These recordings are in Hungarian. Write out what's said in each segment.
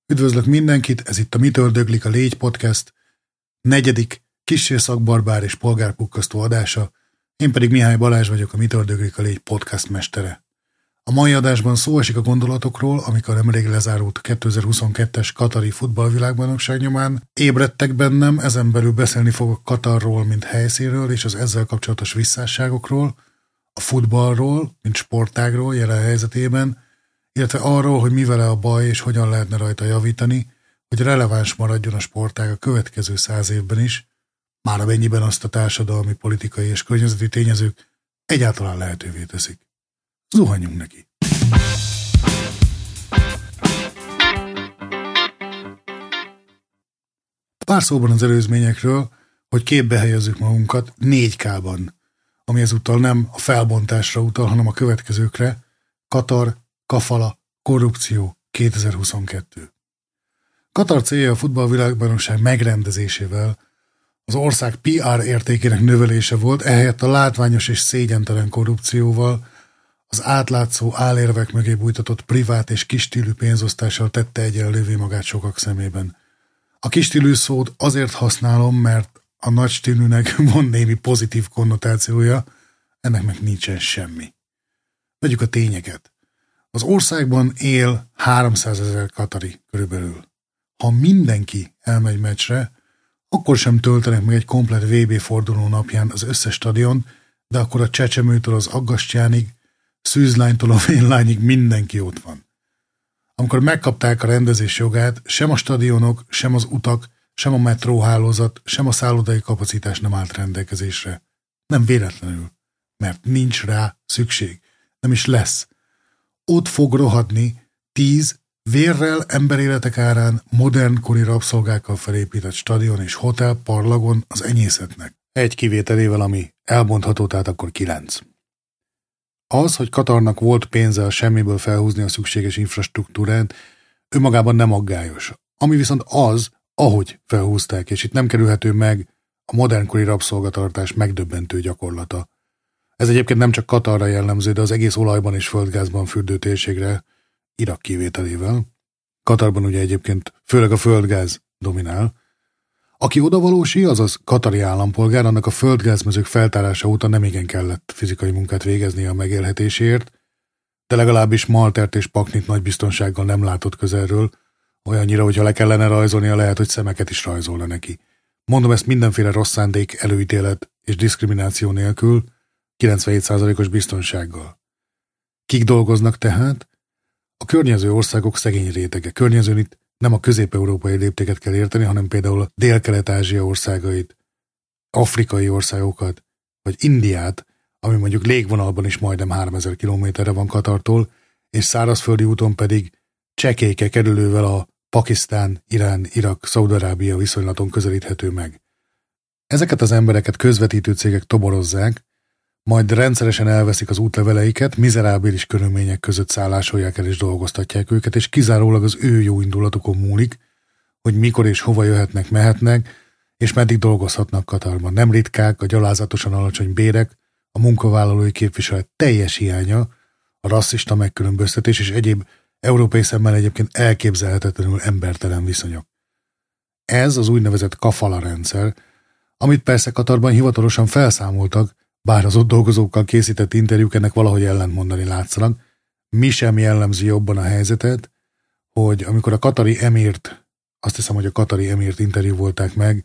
Üdvözlök mindenkit, ez itt a Mitől döglik a Légy podcast, 4. kissé szakbarbár és polgárpukkasztó adása, én pedig Mihály Balázs vagyok, a Mitől döglik a Légy podcast mestere. A mai adásban szó esik a gondolatokról, amikor nemrég lezárult 2022-es katari futballvilágbajnokság nyomán. Ébredtek bennem, ezen belül beszélni fogok Katarról, mint helyszínről, és az ezzel kapcsolatos visszásságokról, a futballról, mint sportágról jelen helyzetében, illetve arról, hogy mi vele a baj, és hogyan lehetne rajta javítani, hogy releváns maradjon a sportág a következő 100 évben is, már amennyiben azt a társadalmi, politikai és környezeti tényezők egyáltalán lehetővé teszik. Zuhanjunk neki! Pár szóban az előzményekről, hogy képbe helyezzük magunkat 4K-ban, ami ezúttal nem a felbontásra utal, hanem a következőkre: Katar, kafala, korrupció, 2022. Katar célja a futballvilágbajnokság megrendezésével az ország PR értékének növelése volt, ehelyett a látványos és szégyentelen korrupcióval, az átlátszó álérvek mögé bújtatott privát és kisstílű pénzosztással tette egyenlővé magát sokak szemében. A kisstílű szót azért használom, mert a nagystílűnek van némi pozitív konnotációja, ennek meg nincsen semmi. Vegyük a tényeket. Az országban él 300 000 katari körülbelül. Ha mindenki elmegy meccsre, akkor sem töltenek meg egy komplett VB forduló napján az összes stadion, de akkor a Csecsemőtől az Aggastyánig, Szűzlánytól a Vénlányig mindenki ott van. Amikor megkapták a rendezés jogát, sem a stadionok, sem az utak, sem a metróhálózat, sem a szállodai kapacitás nem állt rendelkezésre. Nem véletlenül, mert nincs rá szükség. Nem is lesz. Ott fog rohadni 10 vérrel, emberéletek árán, modern kori rabszolgákkal felépített stadion és hotel parlagon az enyészetnek. Egy kivételével, ami elmondható, tehát akkor 9. Az, hogy Katarnak volt pénze a semmiből felhúzni a szükséges infrastruktúrát, önmagában nem aggályos. Ami viszont az, ahogy felhúzták, és itt nem kerülhető meg a modernkori rabszolgatartás megdöbbentő gyakorlata. Ez egyébként nem csak Katarra jellemző, de az egész olajban és földgázban fürdő térségre, Irak kivételével. Katarban ugye egyébként főleg a földgáz dominál. Aki odavalósi, azaz katari állampolgár, annak a földgázmezők feltárása óta nem igen kellett fizikai munkát végeznie a megélhetéséért, de legalábbis maltert és paknit nagy biztonsággal nem látott közelről, olyannyira, hogyha le kellene rajzolnia, lehet, hogy szemeket is rajzolna neki. Mondom ezt mindenféle rossz szándék, előítélet és diszkrimináció nélkül, 97%-os biztonsággal. Kik dolgoznak tehát? A környező országok szegény rétege. Környezőn itt nem a közép-európai léptéket kell érteni, hanem például a Dél-Kelet-Ázsia országait, afrikai országokat, vagy Indiát, ami mondjuk légvonalban is majdnem 3000 kilométerre van Katartól, és szárazföldi úton pedig csekélyke kerülővel a Pakisztán, Irán, Irak, Szaúd-Arábia viszonylaton közelíthető meg. Ezeket az embereket közvetítő cégek toborozzák, majd rendszeresen elveszik az útleveleiket, mizerábilis körülmények között szállásolják el és dolgoztatják őket, és kizárólag az ő jó indulatukon múlik, hogy mikor és hova jöhetnek, mehetnek, és meddig dolgozhatnak Katarban. Nem ritkák a gyalázatosan alacsony bérek, a munkavállalói képviselet teljes hiánya, a rasszista megkülönböztetés és egyéb európai szemmel egyébként elképzelhetetlenül embertelen viszonyok. Ez az úgynevezett kafala rendszer, amit persze Katarban hivatalosan felszámoltak, bár az ott dolgozókkal készített interjúk ennek valahogy ellentmondani látszanak. Mi sem jellemzi jobban a helyzetet, hogy amikor a katari emírt, azt hiszem, hogy a katari emírt interjú volták meg,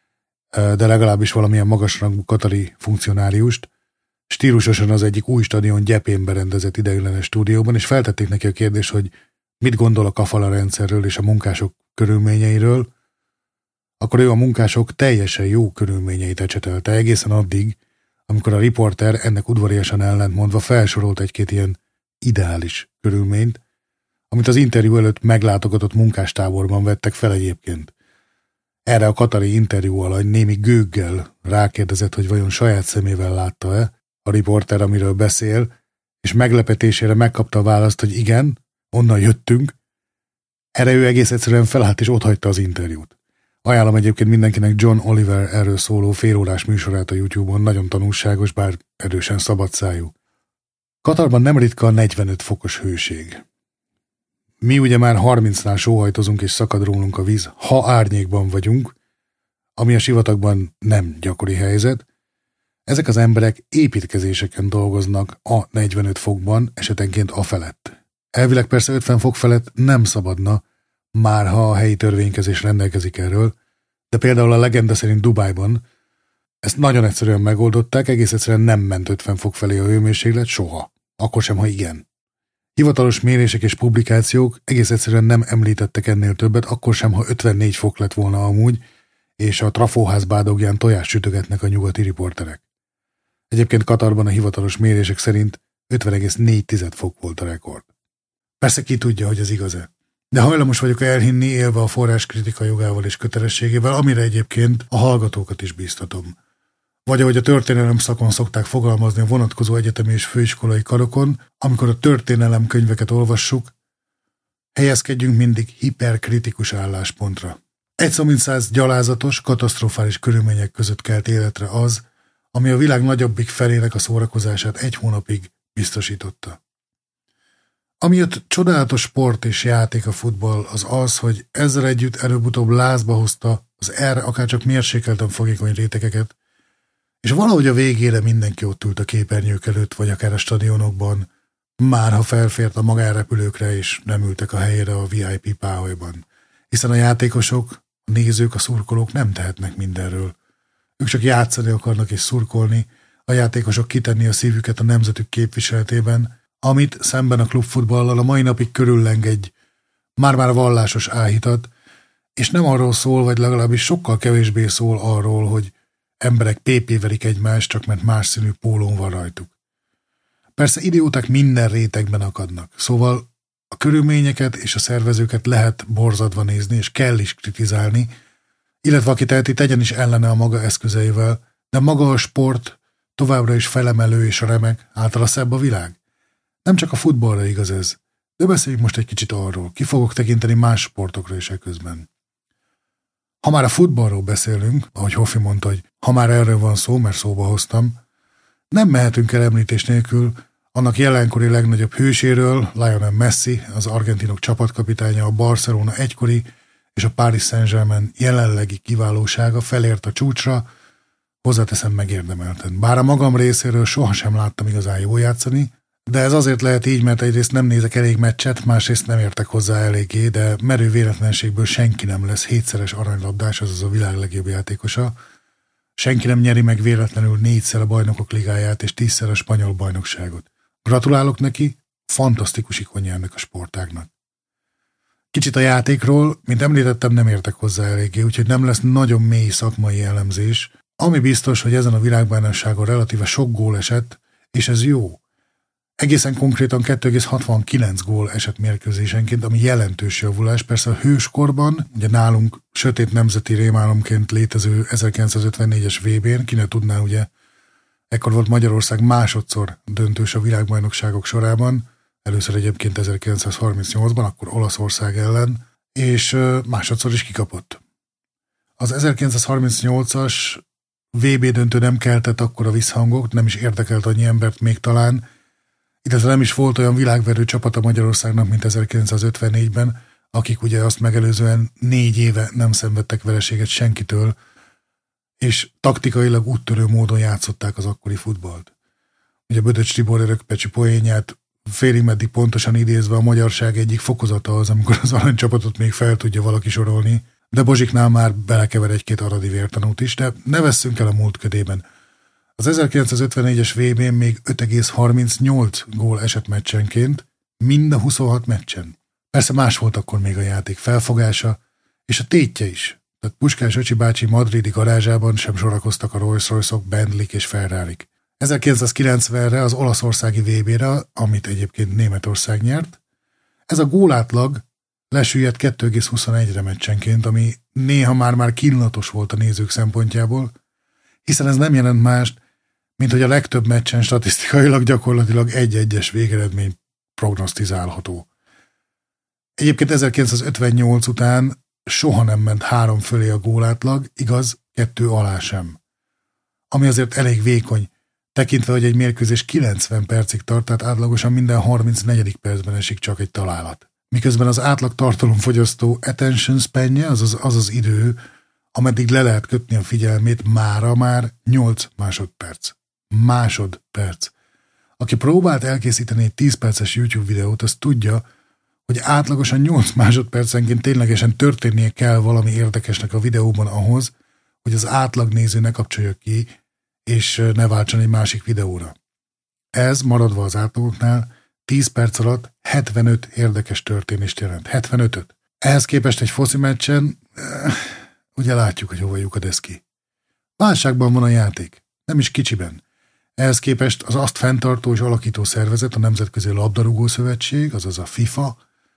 de legalábbis valamilyen magasrangú katari funkcionáriust, stílusosan az egyik új stadion gyepén berendezett ideiglenes stúdióban, és feltették neki a kérdést, hogy mit gondol a kafala rendszerről és a munkások körülményeiről, akkor ő a munkások teljesen jó körülményeit ecsetelte egészen addig, amikor a riporter ennek udvariasan ellentmondva felsorolt egy-két ilyen ideális körülményt, amit az interjú előtt meglátogatott munkástáborban vettek fel egyébként. Erre a katari interjú alany némi gőggel rákérdezett, hogy vajon saját szemével látta-e a riporter, amiről beszél, és meglepetésére megkapta a választ, hogy igen, onnan jöttünk. Erre ő egész egyszerűen felállt és otthagyta az interjút. Ajánlom egyébként mindenkinek John Oliver erről szóló félórás műsorát a YouTube-on, nagyon tanulságos, bár erősen szabadszájú. Katarban nem ritka a 45 fokos hőség. mi ugye már 30-nál sóhajtozunk és szakad rólunk a víz, ha árnyékban vagyunk, ami a sivatagban nem gyakori helyzet. Ezek az emberek építkezéseken dolgoznak a 45 fokban, esetenként afelett. Elvileg persze 50 fok felett nem szabadna, már ha a helyi törvénykezés rendelkezik erről, de például a legenda szerint Dubájban ezt nagyon egyszerűen megoldották, egész egyszerűen nem ment 50 fok felé a hőmérséklet soha, akkor sem, ha igen. Hivatalos mérések és publikációk egész egyszerűen nem említettek ennél többet, akkor sem, ha 54 fok lett volna amúgy, és a trafóház bádogján tojást sütögetnek a nyugati riporterek. Egyébként Katarban a hivatalos mérések szerint 50,4 fok volt a rekord. Persze ki tudja, hogy ez igaz-e. De hajlamos vagyok elhinni, élve a forráskritika jogával és kötelességével, amire egyébként a hallgatókat is bíztatom. Vagy ahogy a történelem szakon szokták fogalmazni a vonatkozó egyetemi és főiskolai karokon, amikor a történelem könyveket olvassuk, helyezkedjünk mindig hiperkritikus álláspontra. Egy szó mint 100 gyalázatos, katasztrofális körülmények között kelt életre az, ami a világ nagyobbik felének a szórakozását 1 hónapig biztosította. Amiatt csodálatos sport és játék a futball az az, hogy ezzel együtt előbb-utóbb lázba hozta az erre akárcsak mérsékelten fogékony rétegeket, és valahogy a végére mindenki ott ült a képernyők előtt, vagy akár a stadionokban, már ha felfért a magánrepülőkre, és nem ültek a helyére a VIP páholyban. Hiszen a játékosok, a nézők, a szurkolók nem tehetnek mindenről. Ők csak játszani akarnak és szurkolni, a játékosok kitenni a szívüket a nemzetük képviseletében, amit szemben a klubfutballal a mai napig körülleng egy már-már vallásos áhítat, és nem arról szól, vagy legalábbis sokkal kevésbé szól arról, hogy emberek pépéverik egymást, csak mert más színű pólón van rajtuk. Persze idióták minden rétegben akadnak, szóval a körülményeket és a szervezőket lehet borzadva nézni, és kell is kritizálni, illetve aki teheti, tegyen is ellene a maga eszközeivel, de maga a sport továbbra is felemelő és remek, általa szebb a világ. Nem csak a futballra igaz ez, de beszéljünk most egy kicsit arról, ki fogok tekinteni más sportokra is eközben. Ha már a futballról beszélünk, ahogy Hoffi mondta, hogy ha már erről van szó, mert szóba hoztam, nem mehetünk el említés nélkül annak jelenkori legnagyobb hőséről, Lionel Messi, az argentinok csapatkapitánya, a Barcelona egykori és a Paris Saint-Germain jelenlegi kiválósága felért a csúcsra, hozzáteszem megérdemelten. Bár a magam részéről sohasem láttam igazán jól játszani, de ez azért lehet így, mert egyrészt nem nézek elég meccset, másrészt nem értek hozzá eléggé, de merő véletlenségből senki nem lesz 7-szeres aranylabdás, azaz a világ legjobb játékosa. Senki nem nyeri meg véletlenül 4-szer a Bajnokok Ligáját és 10-szer a spanyol bajnokságot. Gratulálok neki, fantasztikus ikonja ennek a sportágnak. Kicsit a játékról, mint említettem, nem értek hozzá eléggé, úgyhogy nem lesz nagyon mély szakmai elemzés, ami biztos, hogy ezen a világbajnokságon relatíve sok gól esett, és ez jó. Egészen konkrétan 2,69 gól esett mérkőzésenként, ami jelentős javulás. Persze a hőskorban, ugye nálunk sötét nemzeti rémálomként létező 1954-es VB-n, ki ne tudná, ugye, ekkor volt Magyarország másodszor döntős a világbajnokságok sorában, először egyébként 1938-ban, akkor Olaszország ellen, és másodszor is kikapott. Az 1938-as VB döntő nem keltett akkora visszhangok, nem is érdekelt annyi embert még talán, illetve nem is volt olyan világverő csapata Magyarországnak, mint 1954-ben, akik ugye azt megelőzően 4 éve nem szenvedtek vereséget senkitől, és taktikailag úttörő módon játszották az akkori futballt. Ugye Bödöcs Tibor örökpecsi poénját félig meddig pontosan idézve a magyarság egyik fokozata az, amikor az aranycsapatot még fel tudja valaki sorolni, de Bozsiknál már belekever 1-2 aradi vértanút is, de ne vesszünk el a múlt ködében. Az 1954-es VB-n még 5,38 gól esett meccsenként, mind a 26 meccsen. Persze más volt akkor még a játék felfogása, és a tétje is. Tehát Puskás Öcsi bácsi madridi garázsában sem sorakoztak a Rolls-Royce-ok, Bentleyk és Ferrarik. 1990-re az olaszországi VB-re, amit egyébként Németország nyert, ez a gólátlag lesüllyedt 2,21-re meccsenként, ami néha már kínozatos volt a nézők szempontjából, hiszen ez nem jelent mást, mint hogy a legtöbb meccsen statisztikailag gyakorlatilag 1-1-es végeredmény prognosztizálható. Egyébként 1958 után soha nem ment 3 fölé a gólátlag, igaz, 2 alá sem. Ami azért elég vékony, tekintve, hogy egy mérkőzés 90 percig tart, tehát átlagosan minden 34. percben esik csak egy találat. miközben az átlag tartalomfogyasztó attention span-je, az idő, ameddig le lehet kötni a figyelmét, már 8 másodperc. Másodperc. Aki próbált elkészíteni egy 10 perces YouTube videót, az tudja, hogy átlagosan 8 másodpercenként ténylegesen történnie kell valami érdekesnek a videóban ahhoz, hogy az átlagnéző ne kapcsolja ki, és ne váltson egy másik videóra. Ez, maradva az átlagoknál, 10 perc alatt 75 érdekes történést jelent. 75-öt. Ehhez képest egy foci meccsen, ugye látjuk, hogy hova lyukad ez ki. Válságban van a játék, nem is kicsiben. Ehhez képest az azt fenntartó és alakító szervezet, a Nemzetközi Labdarúgó Szövetség, azaz a FIFA,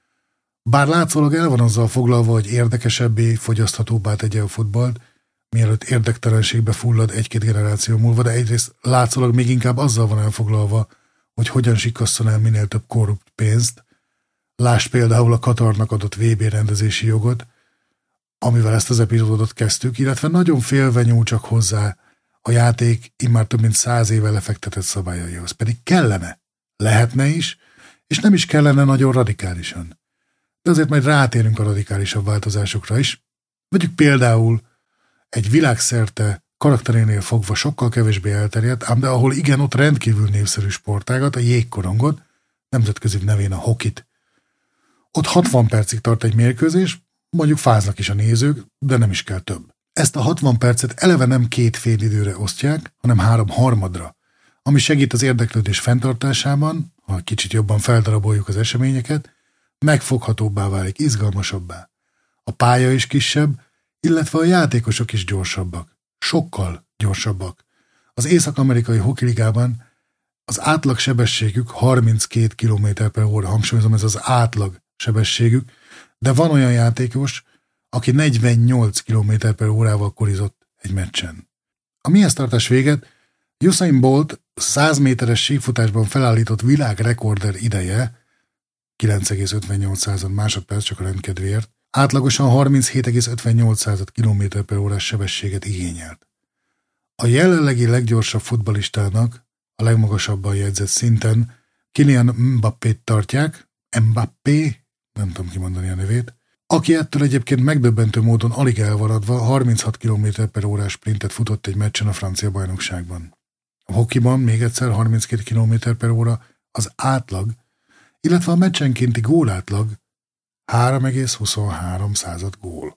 bár látszólag el van azzal foglalva, hogy érdekesebbé, fogyaszthatóbbá tegye a futballt, mielőtt érdektelenségbe fullad egy-két generáció múlva, de egyrészt látszólag még inkább azzal van elfoglalva, hogy hogyan sikasszon el minél több korrupt pénzt. Lásd például a Katarnak adott VB rendezési jogot, amivel ezt az epizódot kezdtük, illetve nagyon félve nyúl csak hozzá a játék immár több mint 100 éve lefektetett szabályaihoz. Pedig kellene, lehetne is, és nem is kellene nagyon radikálisan. De azért majd rátérünk a radikálisabb változásokra is. Vegyük például egy világszerte karakterénél fogva sokkal kevésbé elterjedt, ám de ahol igen, ott rendkívül népszerű sportágat, a jégkorongot, nemzetközi nevén a hokit. Ott 60 percig tart egy mérkőzés, mondjuk fáznak is a nézők, de nem is kell több. Ezt a 60 percet eleve nem 2 fél időre osztják, hanem 3/3, ami segít az érdeklődés fenntartásában, ha kicsit jobban feldaraboljuk az eseményeket, megfoghatóbbá válik, izgalmasabbá. A pálya is kisebb, illetve a játékosok is gyorsabbak. Sokkal gyorsabbak. Az észak-amerikai hokiligában az átlag sebességük 32 km/h, hangsúlyozom, ez az átlag sebességük, de van olyan játékos, aki 48 km/h korizott egy meccsen. A mihez tartás véget, Usain Bolt 100 méteres síkfutásban felállított világrekorder ideje, 9,58 másodperc csak a rendkedvéért, átlagosan 37,58 km/h sebességet igényelt. A jelenlegi leggyorsabb futballistának a legmagasabban jegyzett szinten Kylian Mbappét tartják, Mbappé, nem tudom kimondani a nevét, aki ettől egyébként megdöbbentő módon alig elvaradva 36 km/h sprintet futott egy meccsen a francia bajnokságban. A hokiban még egyszer 32 km/h az átlag, illetve a meccsenkénti gólátlag 3,23 gól.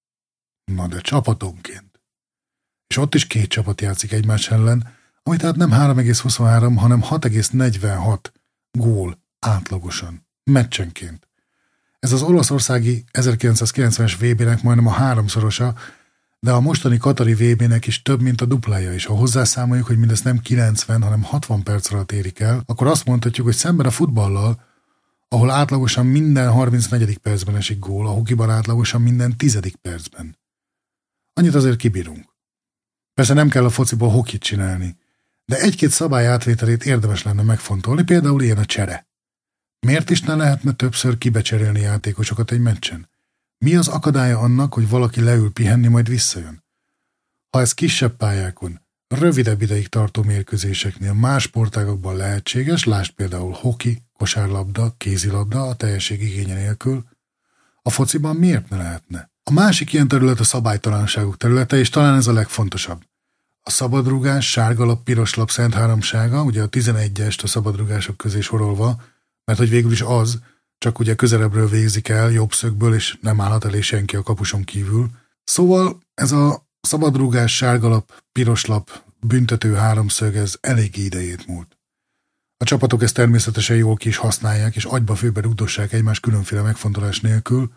Na de csapatonként. És ott is 2 csapat játszik egymás ellen, ami tehát nem 3,23, hanem 6,46 gól átlagosan, meccsenként. Ez az olaszországi 1990-es VB-nek majdnem a 3-szorosa, de a mostani katari VB-nek is több, mint a duplája is. Ha hozzászámoljuk, hogy mindezt nem 90, hanem 60 perc alatt érik el, akkor azt mondhatjuk, hogy szemben a futballal, ahol átlagosan minden 34. percben esik gól, a hokiban átlagosan minden 10. percben. Annyit azért kibírunk. Persze nem kell a fociból hokit csinálni, de egy-két szabály átvételét érdemes lenne megfontolni, például ilyen a csere. Miért is ne lehetne többször kibecserélni játékosokat egy meccsen? Mi az akadálya annak, hogy valaki leül pihenni, majd visszajön? Ha ez kisebb pályákon, rövidebb ideig tartó mérkőzéseknél más sportágokban lehetséges, lásd például hoki, kosárlabda, kézilabda a teljesség igénye nélkül, a fociban miért ne lehetne? A másik ilyen terület a szabálytalanságok területe, és talán ez a legfontosabb. A szabadrugás, sárgalap, piroslap szent háromsága, ugye a 11-est a szabadrugások közé sorolva, mert hogy végül is az, csak ugye közelebbről végzik el, jobb szögből, és nem állhat elé senki a kapuson kívül. Szóval ez a szabadrugás, sárgalap, piroslap, büntető háromszög, ez eléggé idejét múlt. A csapatok ezt természetesen jól ki is használják, és agyba főbe rugdossák egymás különféle megfontolás nélkül.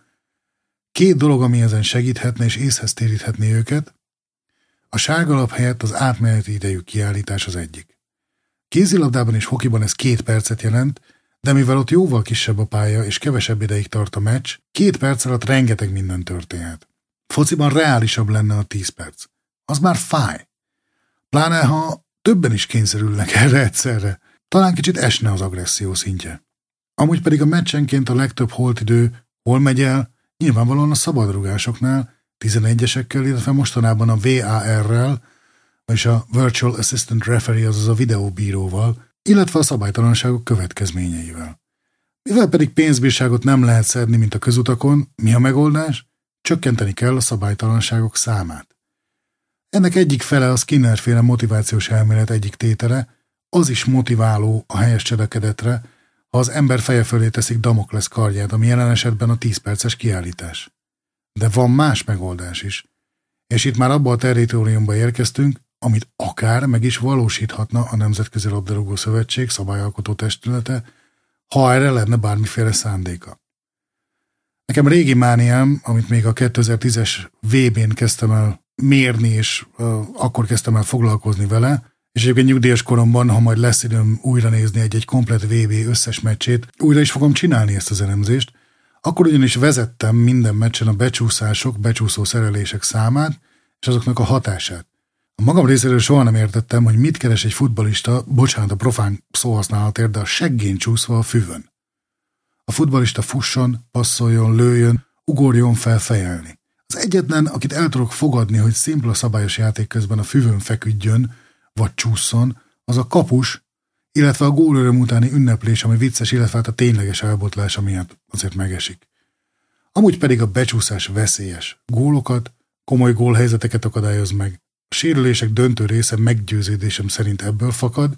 2 dolog, ami ezen segíthetne és észhez téríthetné őket. A sárgalap helyett az átmeneti idejű kiállítás az egyik. Kézilabdában és hokiban ez 2 percet jelent, de mivel ott jóval kisebb a pálya és kevesebb ideig tart a meccs, 2 perc alatt rengeteg minden történhet. Fociban reálisabb lenne a 10 perc. Az már fáj. Pláne, ha többen is kényszerülnek erre egyszerre. Talán kicsit esne az agresszió szintje. Amúgy pedig a meccsenként a legtöbb holtidő hol megy el, nyilvánvalóan a szabadrugásoknál, 11-esekkel, illetve mostanában a VAR-rel, vagyis a Virtual Assistant Referee, azaz a videóbíróval, illetve a szabálytalanságok következményeivel. Mivel pedig pénzbírságot nem lehet szedni, mint a közutakon, mi a megoldás? Csökkenteni kell a szabálytalanságok számát. Ennek egyik fele a Skinner-féle motivációs elmélet egyik tétele, az is motiváló a helyes cselekedetre, ha az ember feje fölé teszik Damoklesz kardját, ami jelen esetben a 10 perces kiállítás. De van más megoldás is. És itt már abba a territóriumba érkeztünk, amit akár meg is valósíthatna a Nemzetközi Labdarúgó Szövetség szabályalkotó testülete, ha erre lenne bármiféle szándéka. Nekem régi mániám, amit még a 2010-es VB-n kezdtem el mérni, és akkor kezdtem el foglalkozni vele, és egyébként nyugdíjas koromban, ha majd lesz időm újra nézni egy komplet VB összes meccsét, újra is fogom csinálni ezt az elemzést, akkor ugyanis vezettem minden meccsen a becsúszások, becsúszó szerelések számát, és azoknak a hatását. A magam részéről soha nem értettem, hogy mit keres egy futballista, bocsánat a profán szóhasználatért, de a seggén csúszva a füvön. A futballista fusson, passzoljon, lőjön, ugorjon fel fejelni. Az egyetlen, akit el tudok fogadni, hogy szimpla szabályos játék közben a füvön feküdjön, vagy csúszson, az a kapus, illetve a gólöröm utáni ünneplés, ami vicces, illetve a tényleges elbotlás, miatt azért megesik. Amúgy pedig a becsúszás veszélyes. Gólokat, komoly gólhelyzeteket akadályoz meg. A sérülések döntő része meggyőződésem szerint ebből fakad,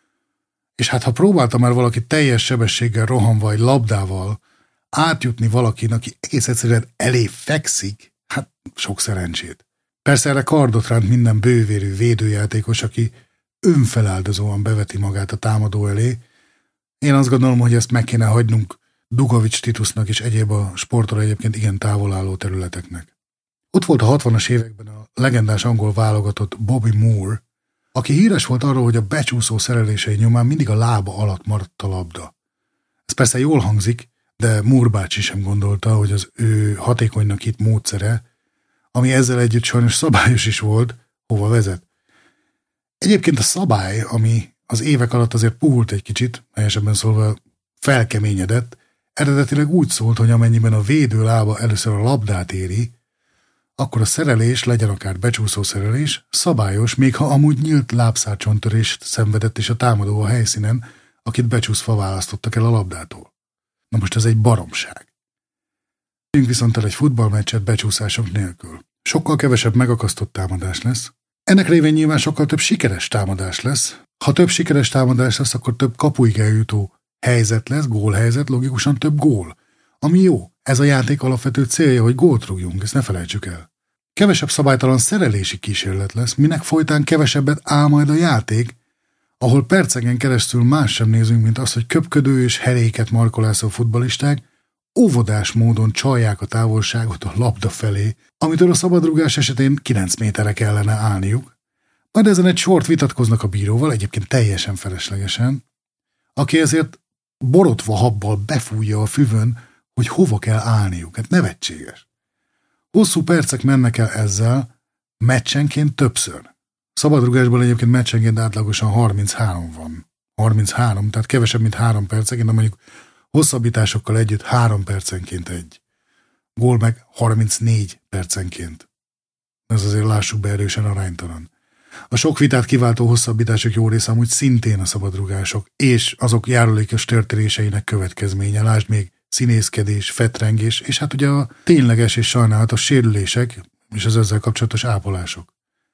és hát ha próbálta már valaki teljes sebességgel rohanva egy labdával átjutni valakin, aki egész egyszerűen elé fekszik, hát sok szerencsét. Persze erre kardot ránt minden bővérű védőjátékos, aki önfeláldozóan beveti magát a támadó elé. Én azt gondolom, hogy ezt meg kéne hagynunk Dugovics Titusnak és egyéb a sporttól egyébként igen távol álló területeknek. Ott volt a 60-as években a legendás angol válogatott Bobby Moore, aki híres volt arról, hogy a becsúszó szerelései nyomán mindig a lába alatt maradt a labda. Ez persze jól hangzik, de Moore bácsi sem gondolta, hogy az ő hatékonynak hitt módszere, ami ezzel együtt sajnos szabályos is volt, hova vezet. Egyébként a szabály, ami az évek alatt azért puhult egy kicsit, helyesebben szólva felkeményedett, eredetileg úgy szólt, hogy amennyiben a védő lába először a labdát éri, akkor a szerelés, legyen akár becsúszó szerelés, szabályos, még ha amúgy nyílt lábszárcsontörést szenvedett is a támadó a helyszínen, akit becsúszva választottak el a labdától. Na most ez egy baromság. Viszont el egy futballmeccset becsúszások nélkül. Sokkal kevesebb megakasztott támadás lesz. Ennek révén nyilván sokkal több sikeres támadás lesz. Ha több sikeres támadás lesz, akkor több kapuig eljutó helyzet lesz, gólhelyzet, logikusan több gól. Ami jó, ez a játék alapvető célja, hogy gólt rúgjunk, ezt ne felejtsük el. Kevesebb szabálytalan szerelési kísérlet lesz, minek folytán kevesebbet áll majd a játék, ahol perceken keresztül más sem nézünk, mint az, hogy köpködő és heréket markolászó futballisták óvodás módon csalják a távolságot a labda felé, amitől a szabadrugás esetén 9 méterre kellene állniuk. Majd ezen egy sort vitatkoznak a bíróval, egyébként teljesen feleslegesen, aki ezért borotva habbal befújja a füvön, hogy hova kell állniuk. Hát nevetséges. Hosszú percek mennek el ezzel, meccsenként többször. Szabadrugásban egyébként meccsenként átlagosan 33 van. 33, tehát kevesebb, mint 3 percenként, de mondjuk hosszabbításokkal együtt 3 percenként egy. Gól meg 34 percenként. Ez azért lássuk be erősen aránytalan. A sok vitát kiváltó hosszabbítások jó része amúgy szintén a szabadrugások, és azok járulékos történéseinek következménye. Lásd még színészkedés, fetrengés, és hát ugye a tényleges és sajnálatos sérülések, és az ezzel kapcsolatos ápolások.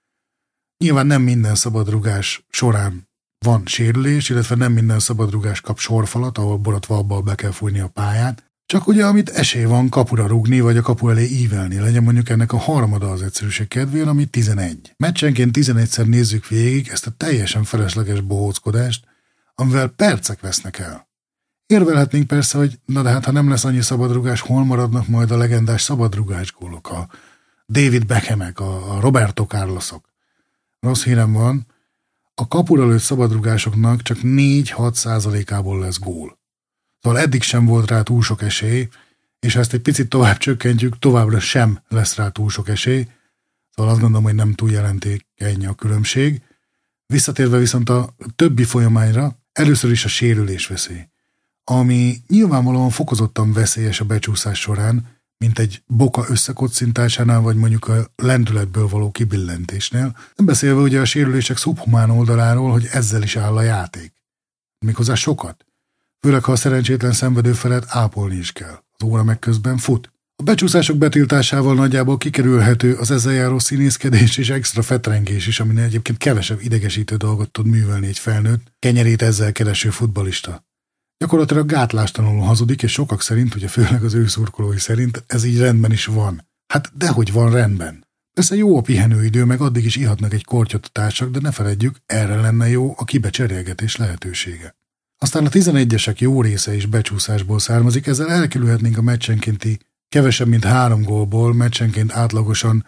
Nyilván nem minden szabadrugás során van sérülés, illetve nem minden szabadrugás kap sorfalat, ahol borotva abbal be kell fújni a pályát, csak ugye amit esély van kapura rúgni, vagy a kapu elé ívelni, legyen mondjuk ennek a harmada az egyszerűség kedvéért, ami 11. Meccsenként 11-szer nézzük végig ezt a teljesen felesleges bohóckodást, amivel percek vesznek el. Érvelhetnénk persze, hogy na de hát ha nem lesz annyi szabadrugás, hol maradnak majd a legendás szabadrugás gólok, a David Beckhamek, a Roberto Carlosok. Rossz hírem van, a kapura lőtt szabadrugásoknak csak 4-6%-ából lesz gól. Szóval eddig sem volt rá túl sok esély, és ha ezt egy picit tovább csökkentjük, továbbra sem lesz rá túl sok esély, szóval azt gondolom, hogy nem túl jelentékeny a különbség. Visszatérve viszont a többi folyamányra, először is a sérülés veszély, ami nyilvánvalóan fokozottan veszélyes a becsúszás során, mint egy boka összekocintásánál, vagy mondjuk a lendületből való kibillentésnél, nem beszélve ugye a sérülések szubhumán oldaláról, hogy ezzel is áll a játék. Méghozzá sokat. főleg ha a szerencsétlen szenvedő felet ápolni is kell. Az óra meg közben fut. A becsúszások betiltásával nagyjából kikerülhető az ezzel járó színészkedés és extra fetrengés is, aminél egyébként kevesebb idegesítő dolgot tud művelni egy felnőtt, kenyerét ezzel kereső futballista. Gyakorlatilag gátlástalanul hazudik, és sokak szerint, ugye főleg az ő szurkolói szerint, ez így rendben is van. Hát dehogy van rendben. Persze jó a pihenőidő, meg addig is ihatnak egy kortyot a társak, de ne feledjük, erre lenne jó a kibecserélgetés lehetősége. Aztán a 11-esek jó része is becsúszásból származik, ezzel elkerülhetnénk a meccsenkénti kevesebb mint 3 gólból, meccsenként átlagosan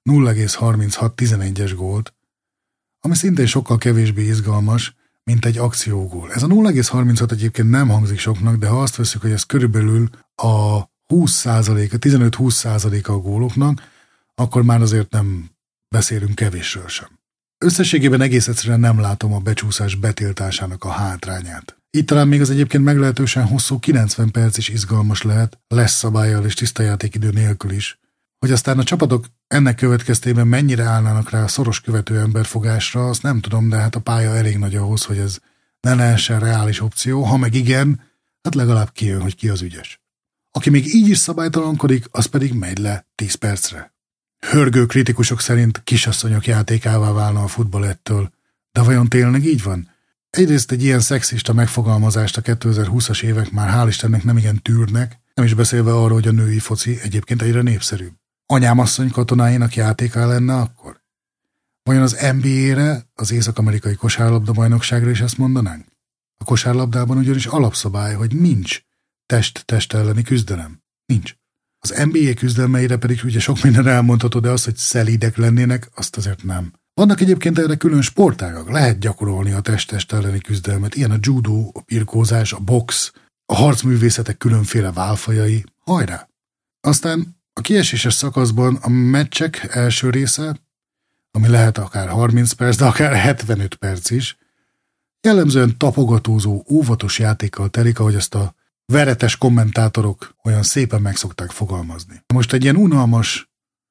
0,36 11-es gólt, ami szintén sokkal kevésbé izgalmas, mint egy akciógól. Ez a 0,36 egyébként nem hangzik soknak, de ha azt veszük, hogy ez körülbelül a 20%, a 15-20%-a a góloknak, akkor már azért nem beszélünk kevésről sem. Összességében egész egyszerűen nem látom a becsúszás betiltásának a hátrányát. Itt talán még az egyébként meglehetősen hosszú 90 perc is izgalmas lehet, lesz szabállyal és tiszta játékidő nélkül is. Hogy aztán a csapatok ennek következtében mennyire állnának rá a szoros követő emberfogásra, azt nem tudom, de hát a pálya elég nagy ahhoz, hogy ez ne lehessen reális opció, ha meg igen, hát legalább kijön, hogy ki az ügyes. Aki még így is szabálytalankodik, az pedig megy le 10 percre. Hörgő kritikusok szerint kisasszonyok játékává válna a futball ettől, de vajon tényleg így van? Egyrészt egy ilyen szexista megfogalmazást a 2020-as évek már hál' Istennek nem igen tűrnek, nem is beszélve arról, hogy a női foci egyébként egyre népszerűbb. Anyámasszony katonáinak játéká lenne akkor? Vajon az NBA-re, az Észak-amerikai kosárlabda-bajnokságra is ezt mondanánk? A kosárlabdában ugyanis alapszabály, hogy nincs test-test elleni küzdelem. Nincs. Az NBA küzdelmeire pedig ugye sok minden elmondható, de az, hogy szelídek lennének, azt azért nem. Vannak egyébként erre külön sportágak, lehet gyakorolni a test-test elleni küzdelmet, ilyen a judó, a birkózás, a box, a harcművészetek különféle válfajai, hajrá! Aztán a kieséses szakaszban a meccsek első része, ami lehet akár 30 perc, de akár 75 perc is, jellemzően tapogatózó, óvatos játékkal telik, ahogy ezt a veretes kommentátorok olyan szépen meg szokták fogalmazni. Most egy ilyen unalmas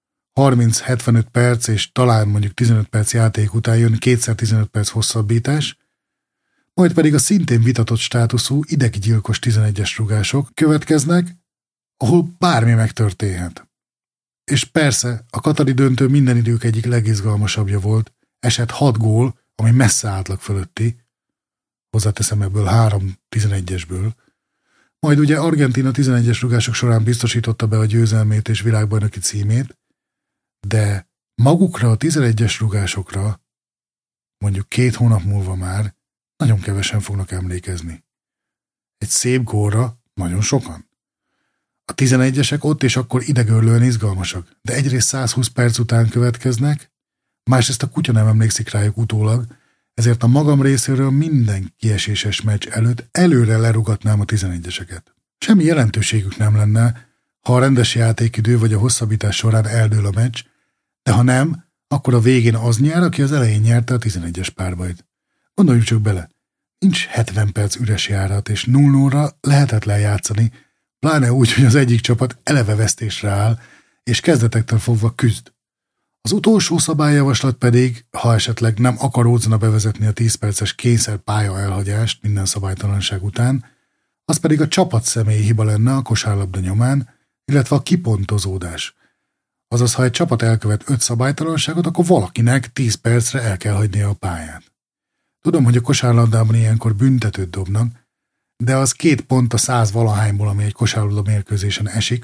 30-75 perc és talán mondjuk 15 perc játék után jön 2x15 perc hosszabbítás, majd pedig a szintén vitatott státuszú ideggyilkos 11-es rugások következnek, ahol bármi megtörténhet. És persze a katari döntő minden idők egyik legizgalmasabbja volt, esett 6 gól, ami messze átlag fölötti, hozzáteszem ebből 3 11-esből, majd ugye Argentína 11-es rugások során biztosította be a győzelmét és világbajnoki címét, de magukra a 11-es rugásokra mondjuk 2 hónap múlva már nagyon kevesen fognak emlékezni. Egy szép gólra nagyon sokan. A 11-esek ott és akkor idegörlően izgalmasak, de egyrészt 120 perc után következnek, másrészt a kutya nem emlékszik rájuk utólag, ezért a magam részéről minden kieséses meccs előtt előre lerugatnám a 11-eseket. Semmi jelentőségük nem lenne, ha a rendes játékidő vagy a hosszabbítás során eldől a meccs, de ha nem, akkor a végén az nyer, aki az elején nyerte a 11-es párbajt. Gondoljuk csak bele, nincs 70 perc üres járat, és 0-0-ra lehetetlen játszani, pláne úgy, hogy az egyik csapat eleve vesztésre áll, és kezdetektől fogva küzd. Az utolsó szabályjavaslat pedig, ha esetleg nem akaródzana bevezetni a 10 perces kényszer pálya elhagyást minden szabálytalanság után, az pedig a csapat személyi hiba lenne a kosárlabda nyomán, illetve a kipontozódás. Azaz, ha egy csapat elkövet 5 szabálytalanságot, akkor valakinek 10 percre el kell hagynia a pályát. Tudom, hogy a kosárlabdában ilyenkor büntetőt dobnak, de az 2 pont a 100 valahányból, ami egy kosárlabda mérkőzésen esik.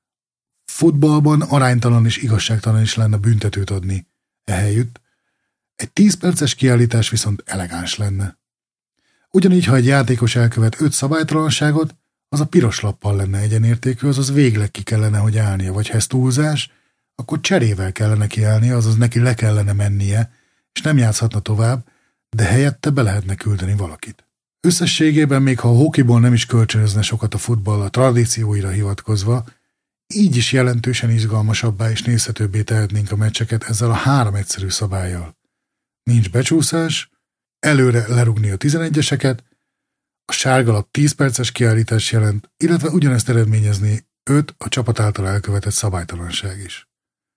Futballban aránytalan és igazságtalan is lenne büntetőt adni ehelyütt. Egy 10 perces kiállítás viszont elegáns lenne. Ugyanígy, ha egy játékos elkövet 5 szabálytalanságot, az a piros lappal lenne egyenértékű, azaz végleg ki kellene, hogy állnia, vagy ha ez túlzás, akkor cserével kellene kiállnia, azaz neki le kellene mennie, és nem játszhatna tovább, de helyette be lehetne küldeni valakit. Összességében még ha a hokiból nem is kölcsönözne sokat a futball a tradícióira hivatkozva, így is jelentősen izgalmasabbá és nézhetőbbé tehetnénk a meccseket ezzel a 3 egyszerű szabállyal. Nincs becsúszás, előre lerúgni a 11-eseket, a sárgalap 10 perces kiállítás jelent, illetve ugyanezt eredményezni 5 a csapat által elkövetett szabálytalanság is.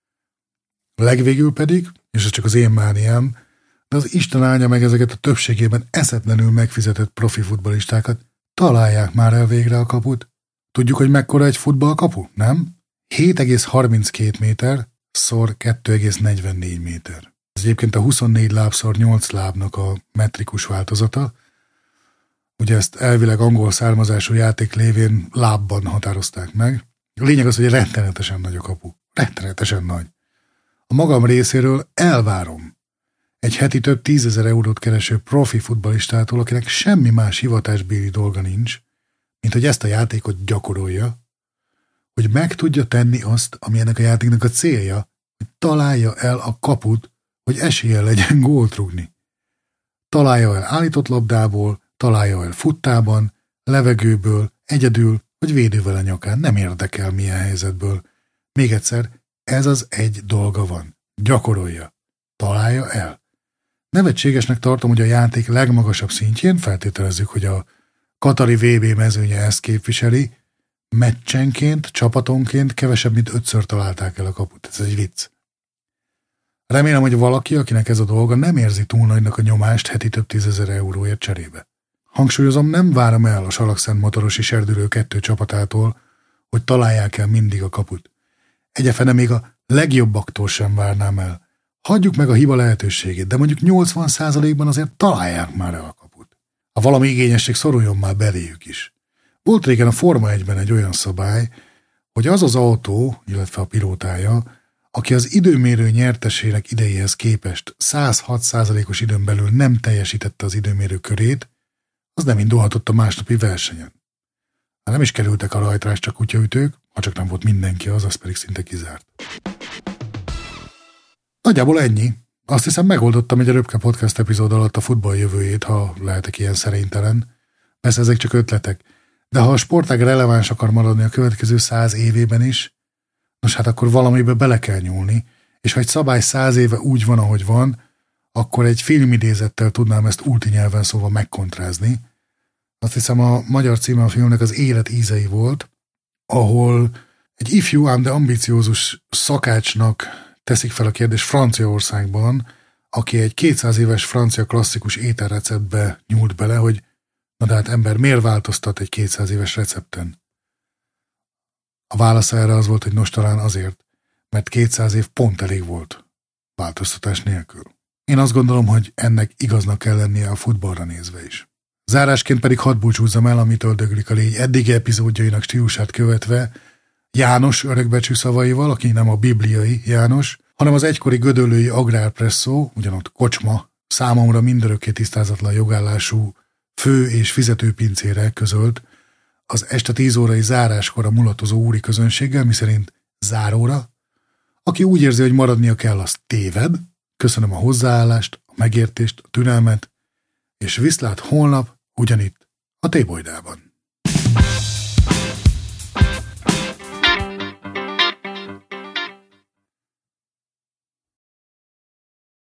Legvégül pedig, és ez csak az én mániám, de az Isten áldja meg ezeket a többségében eszetlenül megfizetett profi futballistákat, Találják már el végre a kaput. Tudjuk, hogy mekkora egy futballkapu, nem? 7,32 méter szor 2,44 méter. Ez egyébként a 24 láb szor 8 lábnak a metrikus változata. Ugye ezt elvileg angol származású játék lévén lábban határozták meg. A lényeg az, hogy rettenetesen nagy a kapu. Rettenetesen nagy. A magam részéről elvárom egy heti több 10 000 eurót kereső profi futballistától, akinek semmi más hivatásbéli dolga nincs, mint hogy ezt a játékot gyakorolja, hogy meg tudja tenni azt, ami ennek a játéknak a célja, hogy találja el a kaput, hogy esélye legyen gólt rúgni. Találja el állított labdából, találja el futtában, levegőből, egyedül, vagy védővel a nyakán, nem érdekel milyen helyzetből. Még egyszer, ez az egy dolga van. Gyakorolja. Találja el. Nevetségesnek tartom, hogy a játék legmagasabb szintjén, feltételezzük, hogy a katari VB mezőnye ezt képviseli, meccsenként, csapatonként kevesebb, mint 5-ször találták el a kaput. Ez egy vicc. Remélem, hogy valaki, akinek ez a dolga, nem érzi túl nagynak a nyomást heti több 10 000 euróért cserébe. Hangsúlyozom, nem várom el a Salakszent Motorosi Serdülő 2 csapatától, hogy találják el mindig a kaput. Egyefene még a legjobbaktól sem várnám el. Hagyjuk meg a hiba lehetőségét, de mondjuk 80%-ban azért találják már el a kaput. Ha valami igényesség, szoruljon már beléjük is. Volt régen a Forma 1-ben egy olyan szabály, hogy az az autó, illetve a pilótája, aki az időmérő nyertesének idejéhez képest 106%-os időn belül nem teljesítette az időmérő körét, az nem indulhatott a másnapi versenyen. Hát nem is kerültek a rajtrás csak kutyaütők, ha csak nem volt mindenki az pedig szinte kizárt. Nagyjából ennyi. Azt hiszem megoldottam egy Röpke Podcast epizód alatt a futball jövőjét, ha lehetek ilyen szerénytelen. Persze ezek csak ötletek. De ha a sportág releváns akar maradni a következő 100 évében is, nos hát akkor valamibe bele kell nyúlni, és ha egy szabály 100 éve úgy van, ahogy van, akkor egy filmidézettel tudnám ezt ulti nyelven szóval megkontrázni. Azt hiszem a magyar címe a filmnek az Élet ízei volt, ahol egy ifjú, ám de ambiciózus szakácsnak teszik fel a kérdést Franciaországban, aki egy 200 éves francia klasszikus ételreceptbe nyúlt bele, hogy na de hát ember, miért változtat egy 200 éves recepten? A válasz erre az volt, hogy nos talán azért, mert 200 év pont elég volt változtatás nélkül. Én azt gondolom, hogy ennek igaznak kell lennie a futballra nézve is. Zárásként pedig hadd búcsúzzam el, amitől döglik a légy eddigi epizódjainak stílusát követve, János örökbecsű szavaival, aki nem a bibliai János, hanem az egykori gödöllői agrárpresszó, ugyanott kocsma, számomra mindörökké tisztázatlan jogállású fő- és fizetőpincére közölt az este 10 órai záráskor a mulatozó úri közönséggel, miszerint záróra, aki úgy érzi, hogy maradnia kell, az téved. Köszönöm a hozzáállást, a megértést, a türelmet, és viszlát holnap ugyanitt a Tébolydában.